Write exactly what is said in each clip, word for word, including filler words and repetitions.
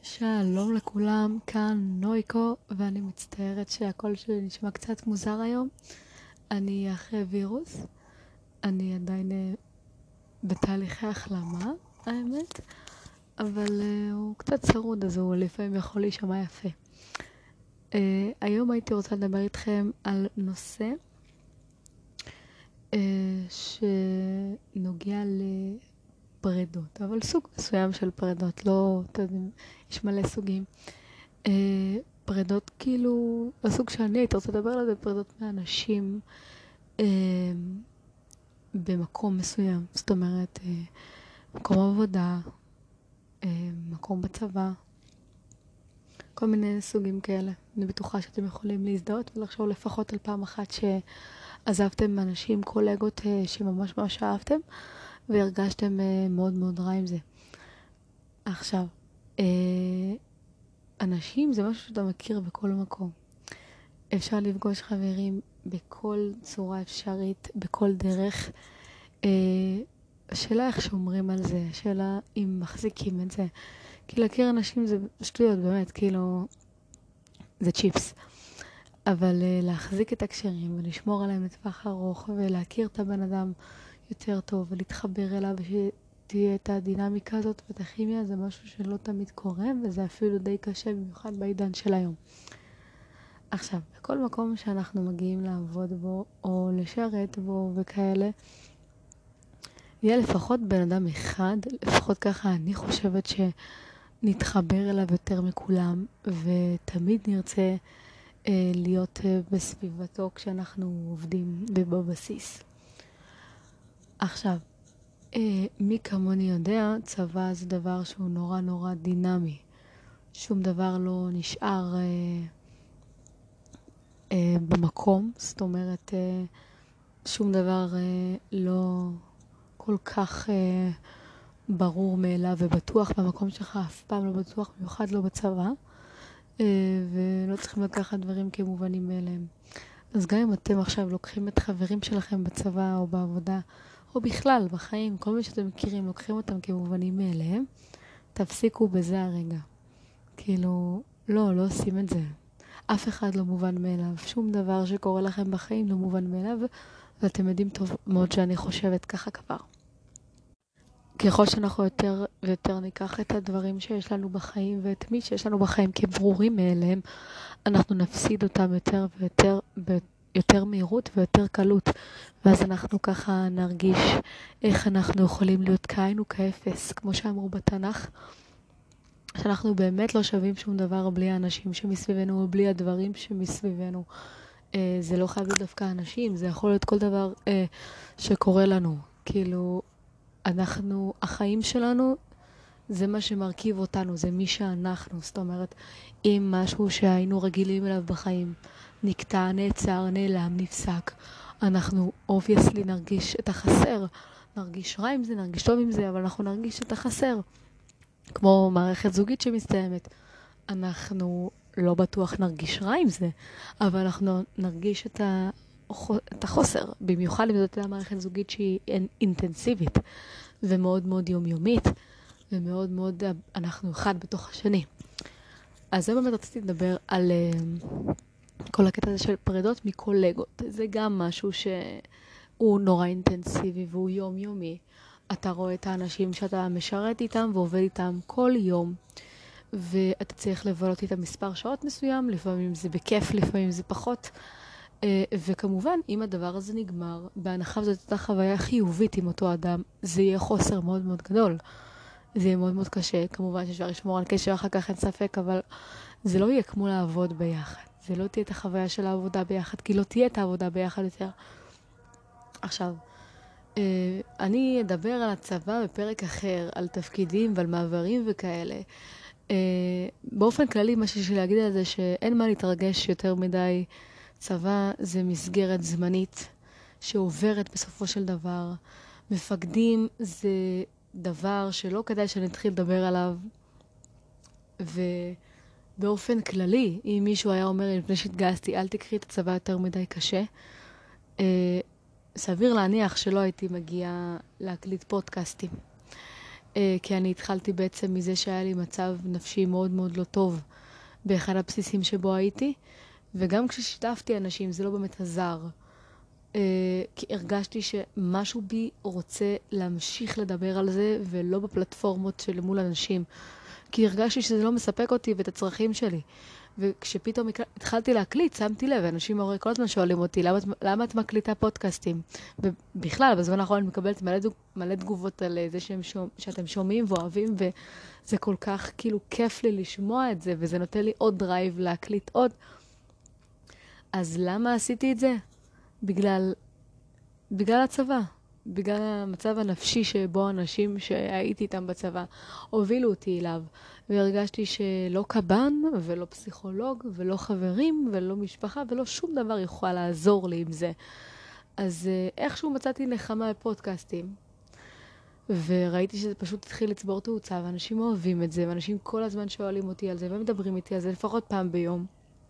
שלום לכולם, כאן נויקו, ואני מצטערת שהקול שלי נשמע קצת מוזר היום. אני אחרי וירוס, אני עדיין אה, בתהליכי החלמה, האמת, אבל uh, הוא קצת צרוד, אז הוא לפעמים יכול להישמע יפה. Uh, היום הייתי רוצה לדבר איתכם על נושא uh, שנוגע לפרדות, אבל סוג מסוים של פרדות, לא, אתם יודעים, יש מלא סוגים. Uh, פרדות כאילו, הסוג שאני הייתי רוצה לדבר על זה, פרדות מאנשים uh, במקום מסוים, זאת אומרת, uh, מקום עבודה, uh, מקום בצבא, כל מיני סוגים כאלה. אני בטוחה שאתם יכולים להזדהות ולחשוב לפחות על פעם אחת שעזבתם אנשים, קולגות uh, שממש ממש אהבתם, והרגשתם uh, מאוד מאוד רע עם זה. עכשיו, uh, אנשים זה משהו שאתה מכיר בכל מקום. אפשר לפגוש חברים בכל צורה אפשרית, בכל דרך. אה, השאלה איך שומרים על זה, השאלה אם מחזיקים את זה. כי להכיר אנשים זה שטויות, באמת, כאילו, זה צ'יפס. אבל אה, להחזיק את הקשרים ולשמור עליהם לטווח ארוך ולהכיר את הבן אדם יותר טוב ולהתחבר אליו ושתהיה את הדינמיקה הזאת ואת הכימיה, זה משהו שלא תמיד קורה, וזה אפילו די קשה, במיוחד בעידן של היום. עכשיו, בכל מקום שאנחנו מגיעים לעבוד בו או לשרת בו וכאלה, יהיה לפחות בן אדם אחד, לפחות ככה אני חושבת שנתחבר אליו יותר מכולם, ותמיד נרצה אה, להיות אה, בסביבתו כשאנחנו עובדים ובבסיס. עכשיו, אה, מי כמוני יודע, צבא זה דבר שהוא נורא נורא דינמי. שום דבר לא נשאר אה, אה, במקום, זאת אומרת, אה, שום דבר אה, לא כל כך אה, ברור מאליו ובטוח במקום שלך, אף פעם לא בטוח, במיוחד לא בצבא, אה, ולא צריכים לקחת דברים כמובנים מאליהם. אז גם אם אתם עכשיו לוקחים את חברים שלכם בצבא או בעבודה, או בכלל בחיים, כל מי שאתם מכירים, לוקחים אותם כמובנים מאליהם, תפסיקו בזה הרגע. כאילו, לא, לא עושים את זה. אף אחד לא מובן מאליו. שום דבר שקורה לכם בחיים לא מובן מאליו, ואתם יודעים טוב מאוד שאני חושבת ככה כבר. ככל שאנחנו יותר ויותר ניקח את הדברים שיש לנו בחיים ואת מי שיש לנו בחיים כברורים מאליהם, אנחנו נפסיד אותם יותר ויותר ביותר מהירות ויותר קלות. ואז אנחנו ככה נרגיש איך אנחנו יכולים להיות כאין וכאפס, כמו שאמרו בתנ"ך, שאנחנו באמת לא שווים שום דבר בלי האנשים שמסביבנו או בלי הדברים שמסביבנו. אה, זה לא חייב להיות דווקא אנשים, זה יכול להיות כל דבר אה, שקורה לנו. כאילו, אנחנו, החיים שלנו, זה מה שמרכיב אותנו, זה מי שאנחנו. זאת אומרת, אם משהו שהיינו רגילים אליו בחיים נקטע, נעצר, נעלם, נפסק, אנחנו obviously נרגיש את החסר. נרגיש רע עם זה, נרגיש טוב עם זה, אבל אנחנו נרגיש את החסר. כמו מערכת זוגית שמסתיימת. אנחנו לא בטוח נרגיש רע עם זה, אבל אנחנו נרגיש את, החו... את החוסר, במיוחד אם זאת מערכת זוגית שהיא אינטנסיבית ומאוד מאוד יומיומית, ומאוד מאוד אנחנו אחד בתוך השני. אז זה באמת רציתי לדבר על uh, כל הקטע הזה של פרדות מקולגות. זה גם משהו שהוא נורא אינטנסיבי והוא יומיומי. אתה רואה את האנשים שאתה משרת איתם ועובד איתם כל יום, ואתה צריך לבלות איתם מספר שעות מסוים, לפעמים זה בכיף, לפעמים זה פחות. וכמובן, אם הדבר הזה נגמר, בהנחה וזאת הייתה חוויה חיובית עם אותו אדם, זה יהיה חוסר מאוד מאוד גדול. זה יהיה מאוד מאוד קשה. כמובן שאפשר לשמור על קשר אחר כך, אין ספק, אבל זה לא יהיה כמו לעבוד ביחד. זה לא תהיה את החוויה של העבודה ביחד, כי לא תהיה את העבודה ביחד יותר. עכשיו, אני אדבר על הצבא בפרק אחר, על תפקידים ועל מעברים וכאלה. באופן כללי, מה שיש לי להגיד על זה, שאין מה להתרגש יותר מדי. צבא זה מסגרת זמנית שעוברת בסופו של דבר. מפקדים זה דבר שלא כדאי שנתחיל לדבר עליו. ובאופן כללי, אם מישהו היה אומר לי לפני שהתגייסתי, אל תקחי את הצבא יותר מדי קשה, סביר להניח שלא הייתי מגיעה להקליט פודקאסטים. אה, כי אני התחלתי בעצם מזה שהיה לי מצב נפשי מאוד מאוד לא טוב באחד הבסיסים שבו הייתי, וגם כששיתפתי אנשים זה לא באמת עזר. אה, כי הרגשתי שמשהו בי רוצה להמשיך לדבר על זה, ולא בפלטפורמות של מול אנשים. כי הרגשתי שזה לא מספק אותי ואת הצרכים שלי. וכשפתאום התחלתי להקליט, שמתי לב, אנשים הרי כל הזמן שואלים אותי, למה, למה את מקליטה פודקאסטים? ובכלל, בזמן האחרון אני מקבלת מלא, מלא תגובות על זה שהם שומע, שאתם שומעים ואוהבים, וזה כל כך כאילו כיף לי לשמוע את זה, וזה נותן לי עוד דרייב להקליט עוד. אז למה עשיתי את זה? בגלל, בגלל הצבא. בגלל המצב הנפשי שבו אנשים שהייתי איתם בצבא הובילו אותי אליו, והרגשתי שלא קב"ן ולא פסיכולוג ולא חברים ולא משפחה ולא שום דבר יכול לעזור לי עם זה. אז איכשהו מצאתי נחמה בפודקאסטים, וראיתי שזה פשוט התחיל לצבור תאוצה, ואנשים אוהבים את זה, ואנשים כל הזמן שואלים אותי על זה ומדברים איתי על זה לפחות פעם ביום.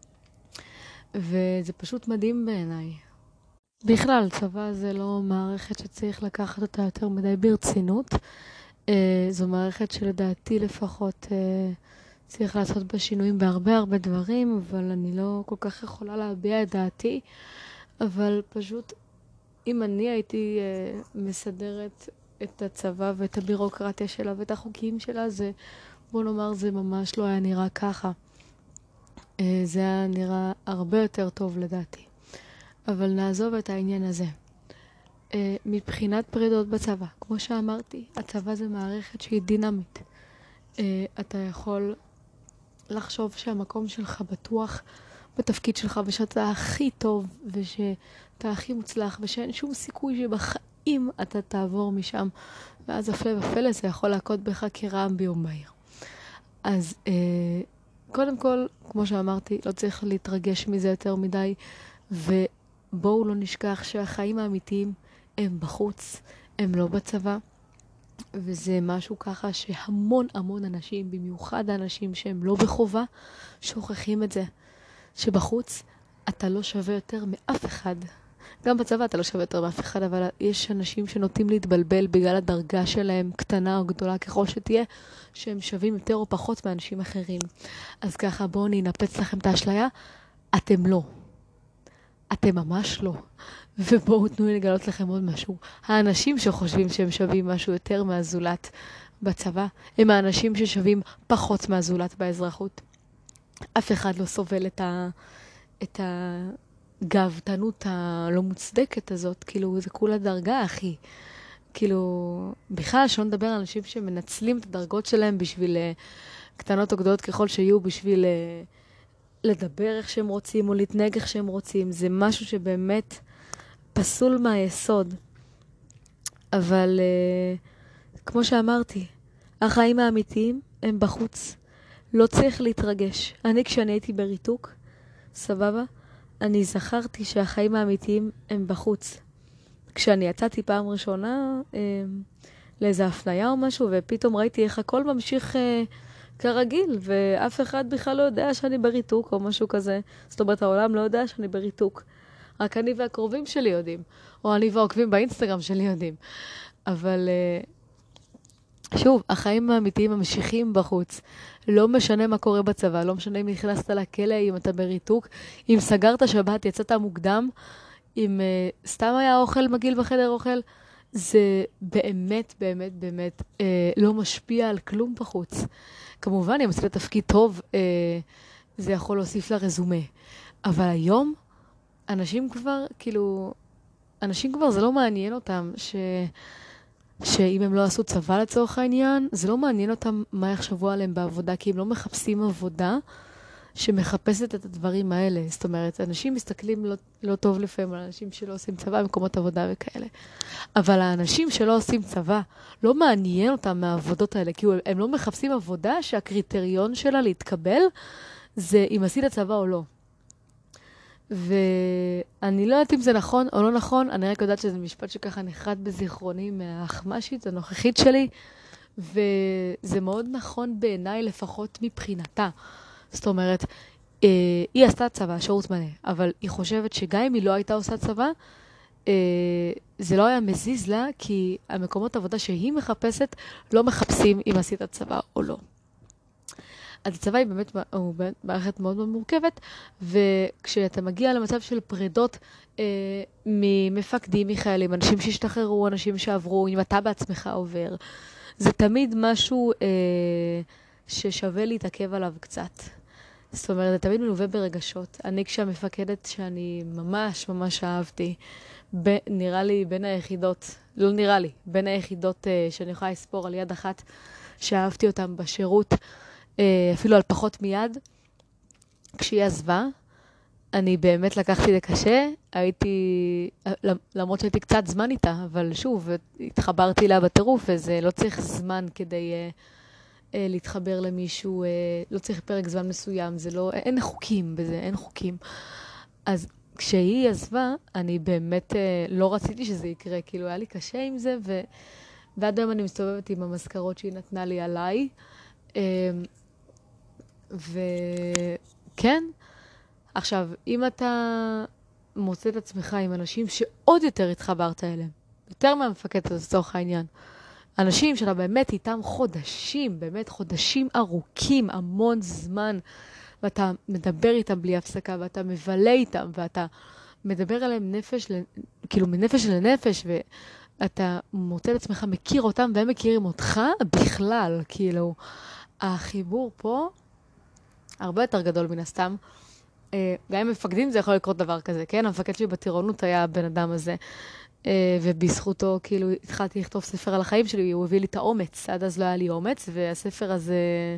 וזה פשוט מדהים בעיניי. בכלל, צבא זה לא מערכת שצריך לקחת אותה יותר מדי ברצינות. אה, זו מערכת שלדעתי לפחות אה, צריך לעשות בה שינויים בהרבה הרבה דברים, אבל אני לא כל כך יכולה להביע את דעתי. אבל פשוט, אם אני הייתי אה, מסדרת את הצבא ואת הבירוקרטיה שלה ואת החוקים שלה, זה, בוא נאמר, זה ממש לא היה נראה ככה. אה, זה היה נראה הרבה יותר טוב לדעתי. אבל נעזוב את העניין הזה. Uh, מבחינת פרידות בצבא, כמו שאמרתי, הצבא זה מערכת שהיא דינמית. Uh, אתה יכול לחשוב שהמקום שלך בטוח בתפקיד שלך, ושאתה הכי טוב, ושאתה הכי מוצלח, ושאין שום סיכוי שבחיים אתה תעבור משם, ואז הפלא ופלא זה יכול להכות בך כרעם ביום בהיר. אז uh, קודם כל, כמו שאמרתי, לא צריך להתרגש מזה יותר מדי, ובואו לא נשכח שהחיים האמיתיים הם בחוץ, הם לא בצבא, וזה משהו ככה שהמון המון אנשים, במיוחד האנשים שהם לא בחובה, שוכחים את זה. שבחוץ אתה לא שווה יותר מאף אחד. גם בצבא אתה לא שווה יותר מאף אחד, אבל יש אנשים שנוטים להתבלבל בגלל הדרגה שלהם, קטנה או גדולה ככל שתהיה, שהם שווים יותר או פחות מאנשים אחרים. אז ככה בואו ננפץ לכם את האשליה, אתם לא. אתם ממש לא. ובואו תנו לי לגלות לכם עוד משהו. האנשים שחושבים שהם שווים משהו יותר מהזולת בצבא, הם האנשים ששווים פחות מהזולת באזרחות. אף אחד לא סובל את ה... את הגאוותנות הלא מוצדקת הזאת. כאילו, זה כולה דרגה, אחי. כאילו, בכלל, שלא נדבר על אנשים שמנצלים את הדרגות שלהם בשביל קטנות או גדולות ככל שיהיו, בשביל לדבר איך שהם רוצים או להתנהג איך שהם רוצים. זה משהו שבאמת פסול מהיסוד. אבל uh, כמו שאמרתי, החיים האמיתיים הם בחוץ. לא צריך להתרגש. אני כשאני הייתי בריתוק, סבבה, אני זכרתי שהחיים האמיתיים הם בחוץ. כשאני יצאתי פעם ראשונה uh, לאיזו הפניה או משהו, ופתאום ראיתי איך הכל ממשיך uh, כרגיל, ואף אחד בכלל לא יודע שאני בריתוק או משהו כזה. זאת אומרת, העולם לא יודע שאני בריתוק. רק אני והקרובים שלי יודעים, או אני והעוקבים באינסטגרם שלי יודעים. אבל שוב, החיים האמיתיים ממשיכים בחוץ. לא משנה מה קורה בצבא, לא משנה אם נכנסת לכלא, אם אתה בריתוק, אם סגרת שבת, יצאת מוקדם, אם uh, סתם היה אוכל מגעיל בחדר אוכל, זה באמת, באמת, באמת uh, לא משפיע על כלום בחוץ. כמובן, אם עשית תפקיד טוב, uh, זה יכול להוסיף לרזומה. אבל היום, אנשים כבר, כאילו, אנשים כבר זה לא מעניין אותם ש... שאם הם לא עשו צבא לצורך העניין, זה לא מעניין אותם מה יחשבו עליהם בעבודה, כי הם לא מחפשים עבודה שמחפשת את הדברים האלה. זאת אומרת, אנשים מסתכלים לא, לא טוב לפעמים על אנשים שלא עושים צבא במקומות עבודה וכאלה. אבל האנשים שלא עושים צבא, לא מעניין אותם מהעבודות האלה, כי הם לא מחפשים עבודה שהקריטריון שלה להתקבל זה אם עשית צבא או לא. ואני לא יודעת אם זה נכון או לא נכון, אני רק יודעת שזה משפט שככה נחרד בזיכרוני מהחמשית הנוכחית שלי, וזה מאוד נכון בעיניי לפחות מבחינתה. זאת אומרת, אה, היא עשתה צבא, שירות מלא, אבל היא חושבת שגם אם היא לא הייתה עושה צבא, זה לא היה מזיז לה, כי המקומות עבודה שהיא מחפשת לא מחפשים אם עשית צבא או לא. אז הצבא היא באמת, הוא באמת מערכת מאוד מאוד מורכבת, וכשאתה מגיע למצב של פרידות אה, ממפקדים, מחיילים, אנשים שהשתחררו, אנשים שעברו, אם אתה בעצמך עובר, זה תמיד משהו אה, ששווה להתעכב עליו קצת. זאת אומרת, זה תמיד מלווה ברגשות. אני כשהמפקדת שאני ממש ממש אהבתי, ב, נראה לי בין היחידות, לא נראה לי, בין היחידות אה, שאני יכולה לספור על יד אחת, שאהבתי אותם בשירות, אפילו על פחות מיד, כשהיא עזבה, אני באמת לקחתי לקשה, הייתי, למרות שהייתי קצת זמן איתה, אבל שוב, התחברתי לה בטירוף, וזה לא צריך זמן כדי uh, uh, להתחבר למישהו, uh, לא צריך פרק זמן מסוים, זה לא, אין חוקים בזה, אין חוקים. אז כשהיא עזבה, אני באמת uh, לא רציתי שזה יקרה, כאילו היה לי קשה עם זה, ו... ועד היום אני מסתובבת עם המזכרות שהיא נתנה לי עליי, uh, וכן, עכשיו, אם אתה מוצא את עצמך עם אנשים שעוד יותר התחברת אליהם, יותר מהמפקדת לצורך העניין, אנשים שאתה באמת איתם חודשים, באמת חודשים ארוכים, המון זמן, ואתה מדבר איתם בלי הפסקה, ואתה מבלה איתם, ואתה מדבר עליהם נפש, כאילו מנפש לנפש, ואתה מוצא את עצמך, מכיר אותם, והם מכירים אותך בכלל, כאילו, החיבור פה, הרבה יותר גדול מן הסתם. גם עם מפקדים זה יכול לקרות דבר כזה, כן? המפקד שלי בטירונות היה הבן אדם הזה, ובזכותו, כאילו, התחלתי לכתוב ספר על החיים שלי, הוא הביא לי את האומץ, עד אז לא היה לי אומץ, והספר הזה,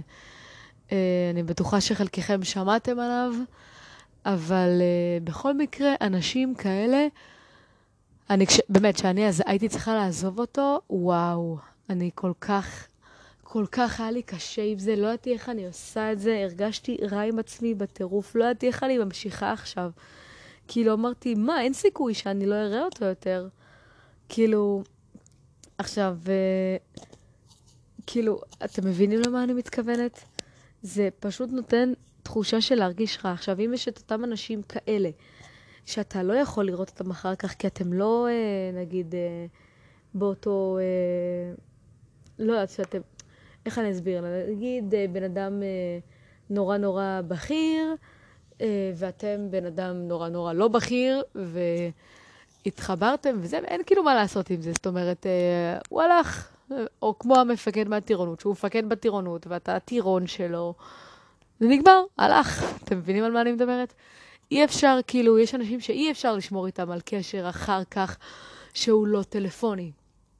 אני בטוחה שחלקכם שמעתם עליו, אבל בכל מקרה, אנשים כאלה, אני, באמת, שאני אז הייתי צריכה לעזוב אותו, וואו, אני כל כך... כל כך היה לי קשה עם זה, לא ידעתי איך אני עושה את זה, הרגשתי רע עם עצמי בטירוף, לא ידעתי איך אני ממשיכה עכשיו. כאילו אמרתי, מה, אין סיכוי שאני לא אראה אותו יותר. כאילו, עכשיו, uh, כאילו, אתם מבינים למה אני מתכוונת? זה פשוט נותן תחושה של להרגיש רע. עכשיו, אם יש את אותם אנשים כאלה, שאתה לא יכול לראות אותם אחר כך, כי אתם לא, uh, נגיד, uh, באותו, uh, לא יודעת שאתם... איך אני אסביר? נגיד, בן אדם נורא נורא בכיר, ואתם בן אדם נורא נורא לא בכיר, והתחברתם, וזה, אין כאילו מה לעשות עם זה. זאת אומרת, הוא הלך, או כמו המפקד מהטירונות, שהוא מפקד בטירונות, ואתה הטירון שלו, זה נגמר, הלך. אתם מבינים על מה אני מדברת? אי אפשר, כאילו, יש אנשים שאי אפשר לשמור איתם על קשר אחר כך, שהוא לא טלפוני.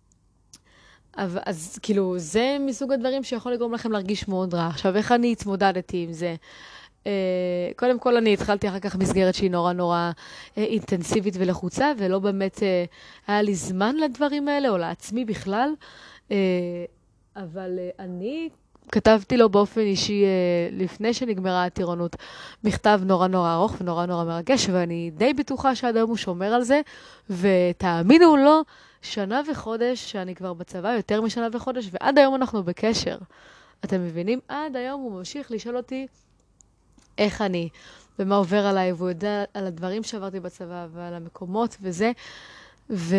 אז, אז כאילו, זה מסוג הדברים שיכול לגרום לכם להרגיש מאוד רע. עכשיו, איך אני התמודדתי עם זה? Uh, קודם כל, אני התחלתי אחר כך מסגרת שהיא נורא נורא uh, אינטנסיבית ולחוצה, ולא באמת uh, היה לי זמן לדברים האלה, או לעצמי בכלל. Uh, אבל uh, אני כתבתי לו באופן אישי, uh, לפני שנגמרה הטירונות, מכתב נורא נורא ארוך ונורא נורא מרגש, ואני די בטוחה שעד היום הוא שומר על זה, ותאמינו או לא, שנה וחודש, שאני כבר בצבא, יותר משנה וחודש, ועד היום אנחנו בקשר. אתם מבינים? עד היום הוא ממשיך לשאול אותי איך אני, ומה עובר עליי, והוא יודע על הדברים שעברתי בצבא, ועל המקומות וזה. וכן,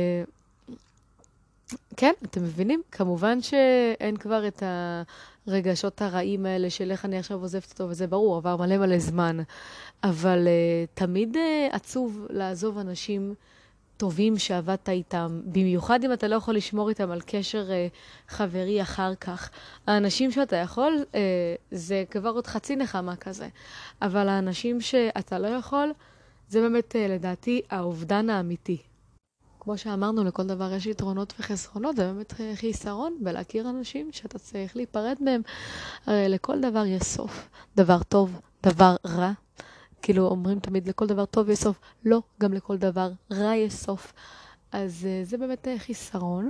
אתם מבינים? כמובן שאין כבר את הרגשות הרעים האלה של איך אני עכשיו עוזבת אותו, וזה ברור, עבר מלא מלא זמן. אבל uh, תמיד uh, עצוב לעזוב אנשים טובים שעבדת איתם, במיוחד אם אתה לא יכול לשמור איתם על קשר אה, חברי אחר כך. האנשים שאתה יכול, אה, זה כבר עוד חצי נחמה כזה. אבל האנשים שאתה לא יכול, זה באמת, אה, לדעתי, האובדן האמיתי. כמו שאמרנו, לכל דבר יש יתרונות וחסרונות, זה באמת אה, חיסרון בלהכיר אנשים שאתה צריך להיפרד מהם. הרי לכל דבר יש סוף. דבר טוב, דבר רע. כאילו אומרים תמיד לכל דבר טוב יש סוף, לא, גם לכל דבר רע יש סוף. אז uh, זה באמת uh, חיסרון.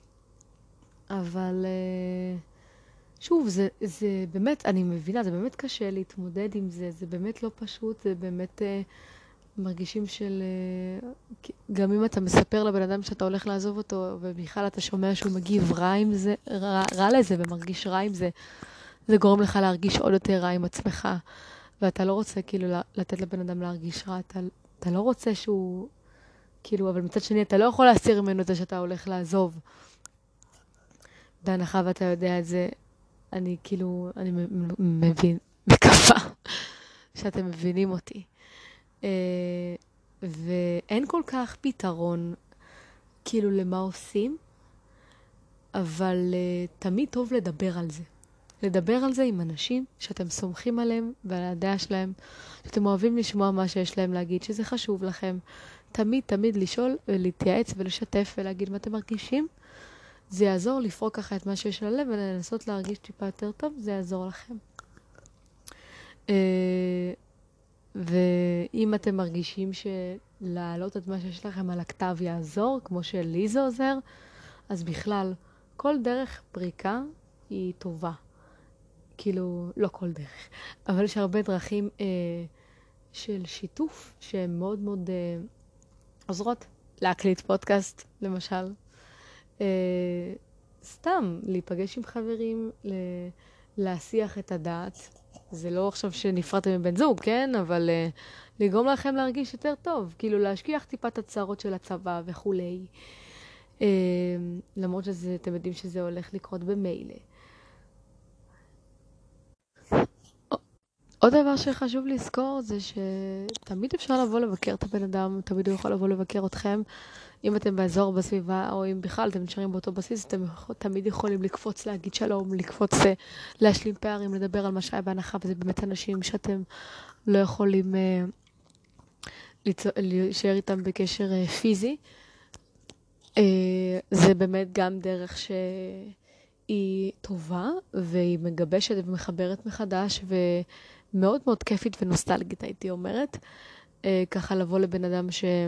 אבל uh, שוב, זה, זה באמת, אני מבינה, זה באמת קשה להתמודד עם זה, זה באמת לא פשוט, זה באמת uh, מרגישים של... Uh, גם אם אתה מספר לבן אדם שאתה הולך לעזוב אותו, ובכלל אתה שומע שהוא מגיב רע עם זה, רע, רע לזה ומרגיש רע עם זה, זה גורם לך להרגיש עוד יותר רע עם עצמך. ואתה לא רוצה כאילו לתת לבן אדם להרגיש רע, אתה, אתה לא רוצה שהוא כאילו, אבל מצד שני, אתה לא יכול להסיר ממנו את זה שאתה הולך לעזוב. בהנחה ואתה יודע את זה, אני כאילו, אני מבין, מקווה שאתם מבינים אותי. ואין כל כך פתרון, כאילו, למה עושים, אבל תמיד טוב לדבר על זה. לדבר על זה עם אנשים שאתם סומכים עליהם ועל הדעה שלהם, שאתם אוהבים לשמוע מה שיש להם להגיד, שזה חשוב לכם. תמיד, תמיד לשאול ולהתייעץ ולשתף ולהגיד מה אתם מרגישים. זה יעזור לפרוק ככה את מה שיש ללב ולנסות להרגיש טיפה יותר טוב, זה יעזור לכם. ואם אתם מרגישים שלהעלות את מה שיש לכם על הכתב יעזור, כמו שלי זה עוזר, אז בכלל, כל דרך פריקה היא טובה. כאילו, לא כל דרך, אבל יש הרבה דרכים אה, של שיתוף שהן מאוד מאוד אה, עוזרות. להקליט פודקאסט, למשל. אה, סתם, להיפגש עם חברים, ל- להסיח את הדעת. זה לא עכשיו שנפרדתם מבן זוג, כן? אבל אה, לגרום לכם להרגיש יותר טוב. כאילו, להשכיח טיפה את הצערות של הצבא וכולי. אה, למרות שאתם יודעים שזה הולך לקרות במילא. עוד דבר שחשוב לזכור זה שתמיד אפשר לבוא לבקר את הבן אדם, תמיד הוא יכול לבוא לבקר אתכם. אם אתם באזור בסביבה, או אם בכלל אתם נשארים באותו בסיס, אתם תמיד יכולים לקפוץ, להגיד שלום, לקפוץ, להשלים פערים, לדבר על מה שהיה בהנחה, וזה באמת אנשים שאתם לא יכולים להישאר איתם בקשר פיזי. זה באמת גם דרך שהיא טובה, והיא מגבשת ומחברת מחדש, ו... מאוד מאוד כיפית ונוסטלגית, הייתי אומרת. אה, ככה לבוא לבן אדם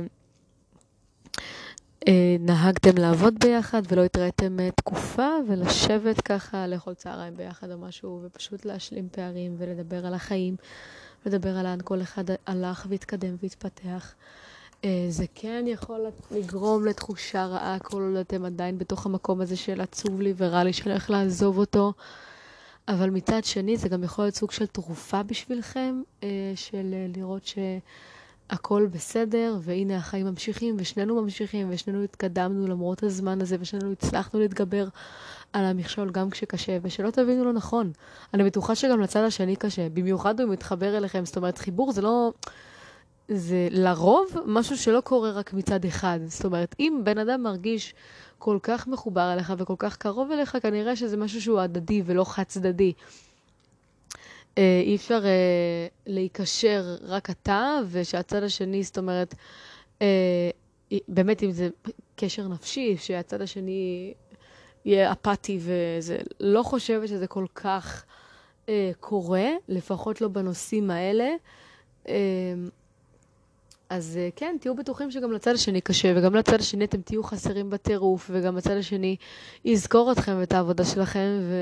שנהגתם לעבוד ביחד ולא התראיתם אה, תקופה, ולשבת ככה, לאכול צהריים ביחד או משהו, ופשוט להשלים פערים ולדבר על החיים, לדבר על לאן כל אחד הלך והתקדם והתפתח. אה, זה כן יכול לגרום לתחושה רעה, כל עוד אתם עדיין בתוך המקום הזה של עצוב לי ורע לי שאני הולך לעזוב אותו, אבל מצד שני זה גם יכול להיות סוג של תרופה בשבילכם, של לראות שהכל בסדר, והנה החיים ממשיכים, ושנינו ממשיכים, ושנינו התקדמנו למרות הזמן הזה, ושנינו הצלחנו להתגבר על המכשול גם כשקשה, ושלא תבינו לא נכון. אני בטוחה שגם לצד השני קשה, במיוחד הוא מתחבר אליכם, זאת אומרת, חיבור זה לא... זה לרוב משהו שלא קורה רק מצד אחד. זאת אומרת, אם בן אדם מרגיש כל כך מחובר אליך וכל כך קרוב אליך, כנראה שזה משהו שהוא הדדי ולא חד צדדי. אה, אי אפשר אה, להיקשר רק אתה, ושהצד השני, זאת אומרת, אה, באמת אם זה קשר נפשי, שהצד השני יהיה אפאתי, וזה לא חושבת שזה כל כך אה, קורה, לפחות לא בנושאים האלה. אה, אז כן, תהיו בטוחים שגם לצד השני קשה, וגם לצד השני אתם תהיו חסרים בטירוף, וגם לצד השני יזכור אתכם ואת העבודה שלכם, ו...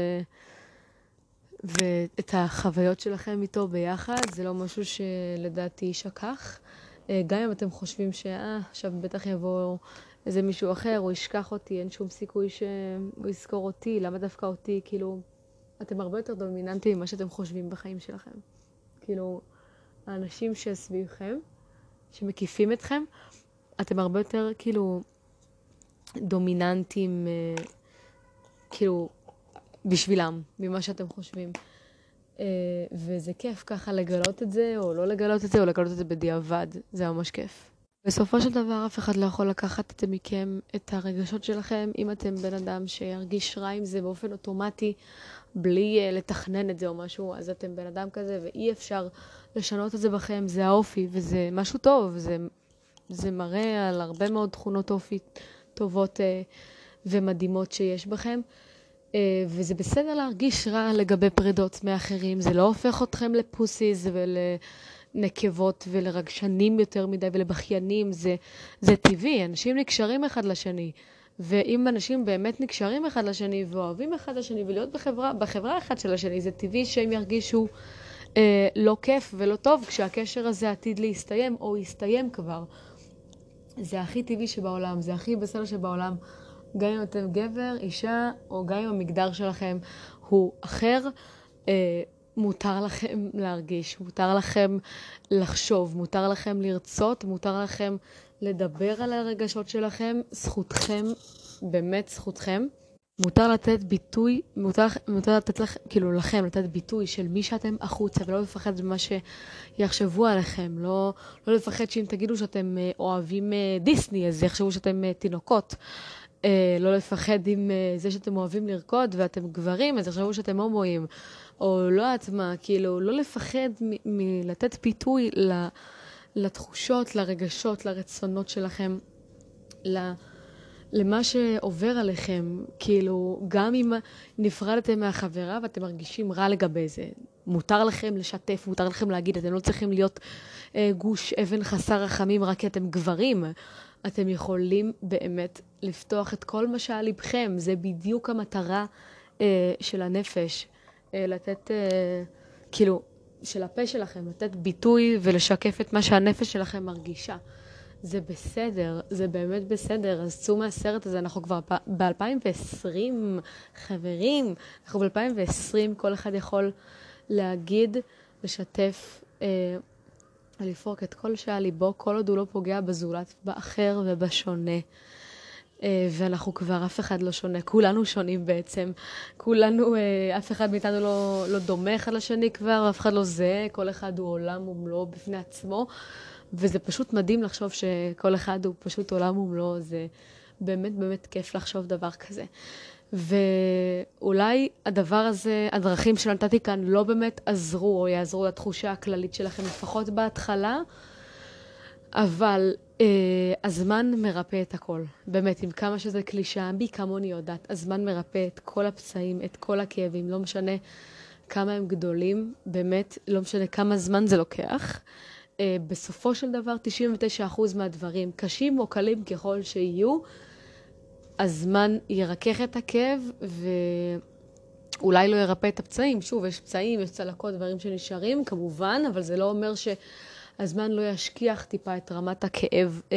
ואת החוויות שלכם איתו ביחד. זה לא משהו שלדעתי יישכח. גם אם אתם חושבים שאה, עכשיו בטח יבוא איזה מישהו אחר, הוא ישכח אותי, אין שום סיכוי שהוא יזכור אותי, למה דווקא אותי? כאילו, אתם הרבה יותר דומיננטיים ממה שאתם חושבים בחיים שלכם. כאילו, האנשים שסביבכם, שמקיפים אתכם, אתם הרבה יותר כאילו דומיננטיים, אה, כאילו בשבילם, ממה שאתם חושבים. אה, וזה כיף ככה לגלות את זה, או לא לגלות את זה, או לגלות את זה בדיעבד. זה ממש כיף. בסופו של דבר, אף אחד לא יכול לקחת את מכם את הרגשות שלכם. אם אתם בן אדם שירגיש רע עם זה באופן אוטומטי, בלי uh, לתכנן את זה או משהו, אז אתם בן אדם כזה, ואי אפשר לשנות את זה בכם. זה האופי, וזה משהו טוב. זה, זה מראה על הרבה מאוד תכונות אופי טובות uh, ומדהימות שיש בכם. Uh, וזה בסדר להרגיש רע לגבי פרידות מאחרים. זה לא הופך אתכם לפוסיס ול... נקבות ולרגשנים יותר מדי ולבחיינים, זה, זה טבעי, אנשים נקשרים אחד לשני, ואם אנשים באמת נקשרים אחד לשני ואוהבים אחד לשני ולהיות בחברה, בחברה אחד של השני, זה טבעי שהם ירגישו אה, לא כיף ולא טוב כשהקשר הזה עתיד להסתיים או יסתיים כבר. זה הכי טבעי שבעולם, זה הכי בסדר שבעולם, גם אם אתם גבר, אישה, או גם אם המגדר שלכם הוא אחר, אה, מותר לכם להרגיש, מותר לכם לחשוב, מותר לכם לרצות, מותר לכם לדבר על הרגשות שלכם, זכותכם, באמת זכותכם. מותר לתת ביטוי, מותר, מותר לתת לכם, כאילו לכם, לתת ביטוי של מי שאתם החוצה, ולא לפחד ממה שיחשבו עליכם, לא, לא לפחד שאם תגידו שאתם אוהבים דיסני, אז יחשבו שאתם תינוקות. לא לפחד עם זה שאתם אוהבים לרקוד ואתם גברים, אז יחשבו שאתם הומואים. או לא עצמה, כאילו, לא לפחד מלתת פיתוי לתחושות, לרגשות, לרצונות שלכם, למה שעובר עליכם. כאילו, גם אם נפרדתם מהחברה ואתם מרגישים רע לגבי זה, מותר לכם לשתף, מותר לכם להגיד, אתם לא צריכים להיות גוש אבן חסר רחמים רק כי אתם גברים. אתם יכולים באמת לפתוח את כל מה שעל לבכם. זה בדיוק המטרה של הנפש. לתת, כאילו, של הפה שלכם, לתת ביטוי ולשקף את מה שהנפש שלכם מרגישה. זה בסדר, זה באמת בסדר. אז צאו מהסרט הזה, אנחנו כבר ב-אלפיים ועשרים, חברים, אנחנו ב-אלפיים ועשרים, כל אחד יכול להגיד, לשתף, אה, לפרוק את כל שעל ליבו, כל עוד הוא לא פוגע בזולת, באחר ובשונה. ואנחנו כבר, אף אחד לא שונה, כולנו שונים בעצם, כולנו, אף אחד מאיתנו לא, לא דומה אחד לשני כבר, אף אחד לא זהה, כל אחד הוא עולם ומלואו בפני עצמו, וזה פשוט מדהים לחשוב שכל אחד הוא פשוט עולם ומלואו, זה באמת באמת כיף לחשוב דבר כזה. ואולי הדבר הזה, הדרכים שנתתי כאן לא באמת עזרו או יעזרו לתחושה הכללית שלכם, לפחות בהתחלה, אבל אה, הזמן מרפא את הכל. באמת, עם כמה שזה קלישה, בי כמוני יודעת, הזמן מרפא את כל הפצעים, את כל הכאבים, לא משנה כמה הם גדולים, באמת, לא משנה כמה זמן זה לוקח. אה, בסופו של דבר, תשעים ותשעה אחוז מהדברים, קשים או קלים ככל שיהיו, הזמן ירקח את הכאב, ואולי לא ירפא את הפצעים. שוב, יש פצעים, יש צלקות, דברים שנשארים, כמובן, אבל זה לא אומר ש... הזמן לא ישכיח טיפה את רמת הכאב אה,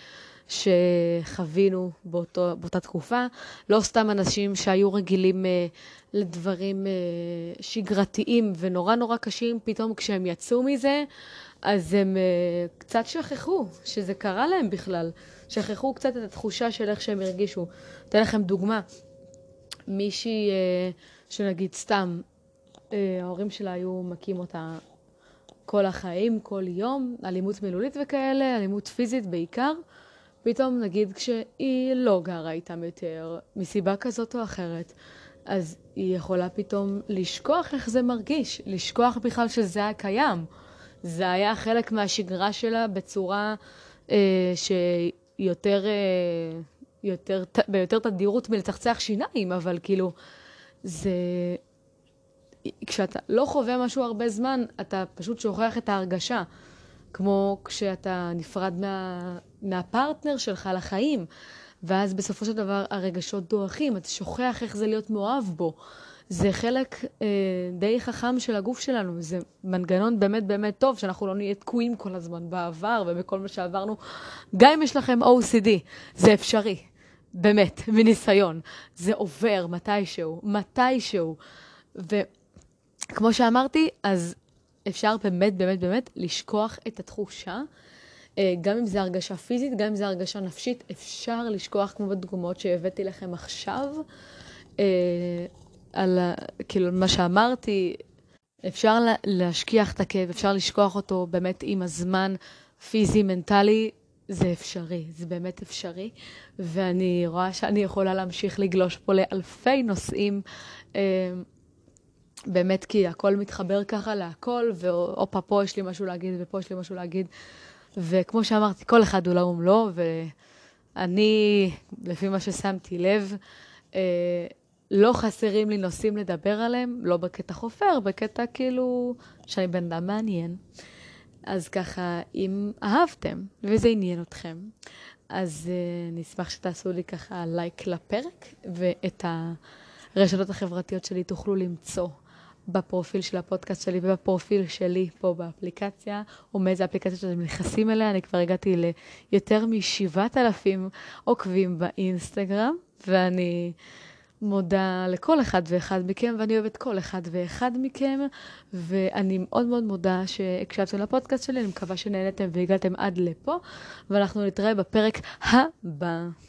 שחווינו באותו, באותה תקופה. לא סתם אנשים שהיו רגילים אה, לדברים אה, שגרתיים ונורא נורא קשים, פתאום כשהם יצאו מזה, אז הם אה, קצת שכחו שזה קרה להם בכלל. שכחו קצת את התחושה של איך שהם הרגישו. אתן לכם דוגמה. מישהי אה, שנגיד סתם, אה, ההורים שלה היו מכים אותה כל החיים, כל יום, אלימות מילולית וכאלה, אלימות פיזית בעיקר. פתאום נגיד כשהיא לא גרה איתם יותר, מסיבה כזאת או אחרת, אז היא יכולה פתאום לשכוח איך זה מרגיש, לשכוח בכלל שזה היה קיים. זה היה חלק מהשגרה שלה בצורה אה, שיותר, אה, יותר, ביותר תדירות מלצחצח שיניים, אבל כאילו, זה... כשאתה לא חווה משהו הרבה זמן, אתה פשוט שוכח את ההרגשה. כמו כשאתה נפרד מה, מהפרטנר שלך לחיים, ואז בסופו של דבר הרגשות דועכים, אתה שוכח איך זה להיות מאוהב בו. זה חלק אה, די חכם של הגוף שלנו, זה מנגנון באמת באמת טוב, שאנחנו לא נהיה תקועים כל הזמן בעבר ובכל מה שעברנו. גם אם יש לכם או סי די, זה אפשרי, באמת, מניסיון. זה עובר מתישהו, מתישהו. ו... כמו שאמרתי, אז אפשר באמת, באמת, באמת לשכוח את התחושה, גם אם זה הרגשה פיזית, גם אם זה הרגשה נפשית, אפשר לשכוח כמו בדוגמאות שהבאתי לכם עכשיו, על כאילו מה שאמרתי, אפשר להשכיח את הכאב, אפשר לשכוח אותו באמת עם הזמן פיזי, מנטלי, זה אפשרי, זה באמת אפשרי, ואני רואה שאני יכולה להמשיך לגלוש פה לאלפי נושאים, באמת כי הכל מתחבר ככה להכל, ואופה פה יש לי משהו להגיד, ופה יש לי משהו להגיד. וכמו שאמרתי, כל אחד הוא לא ומלוא, ואני, לפי מה ששמתי לב, אה, לא חסרים לי נושאים לדבר עליהם, לא בקטע חופר, בקטע כאילו שאני בן אדם מעניין. אז ככה, אם אהבתם, וזה עניין אתכם, אז אה, נשמח שתעשו לי ככה לייק לפרק, ואת הרשתות החברתיות שלי תוכלו למצוא בפרופיל של הפודקאסט שלי ובפרופיל שלי פה באפליקציה, או מאיזה אפליקציה שאתם נכנסים אליה. אני כבר הגעתי ליותר משבעת אלפים עוקבים באינסטגרם, ואני מודה לכל אחד ואחד מכם, ואני אוהבת כל אחד ואחד מכם, ואני מאוד מאוד מודה שהקשבתם לפודקאסט שלי, אני מקווה שנהנתם והגעתם עד לפה, ואנחנו נתראה בפרק הבא.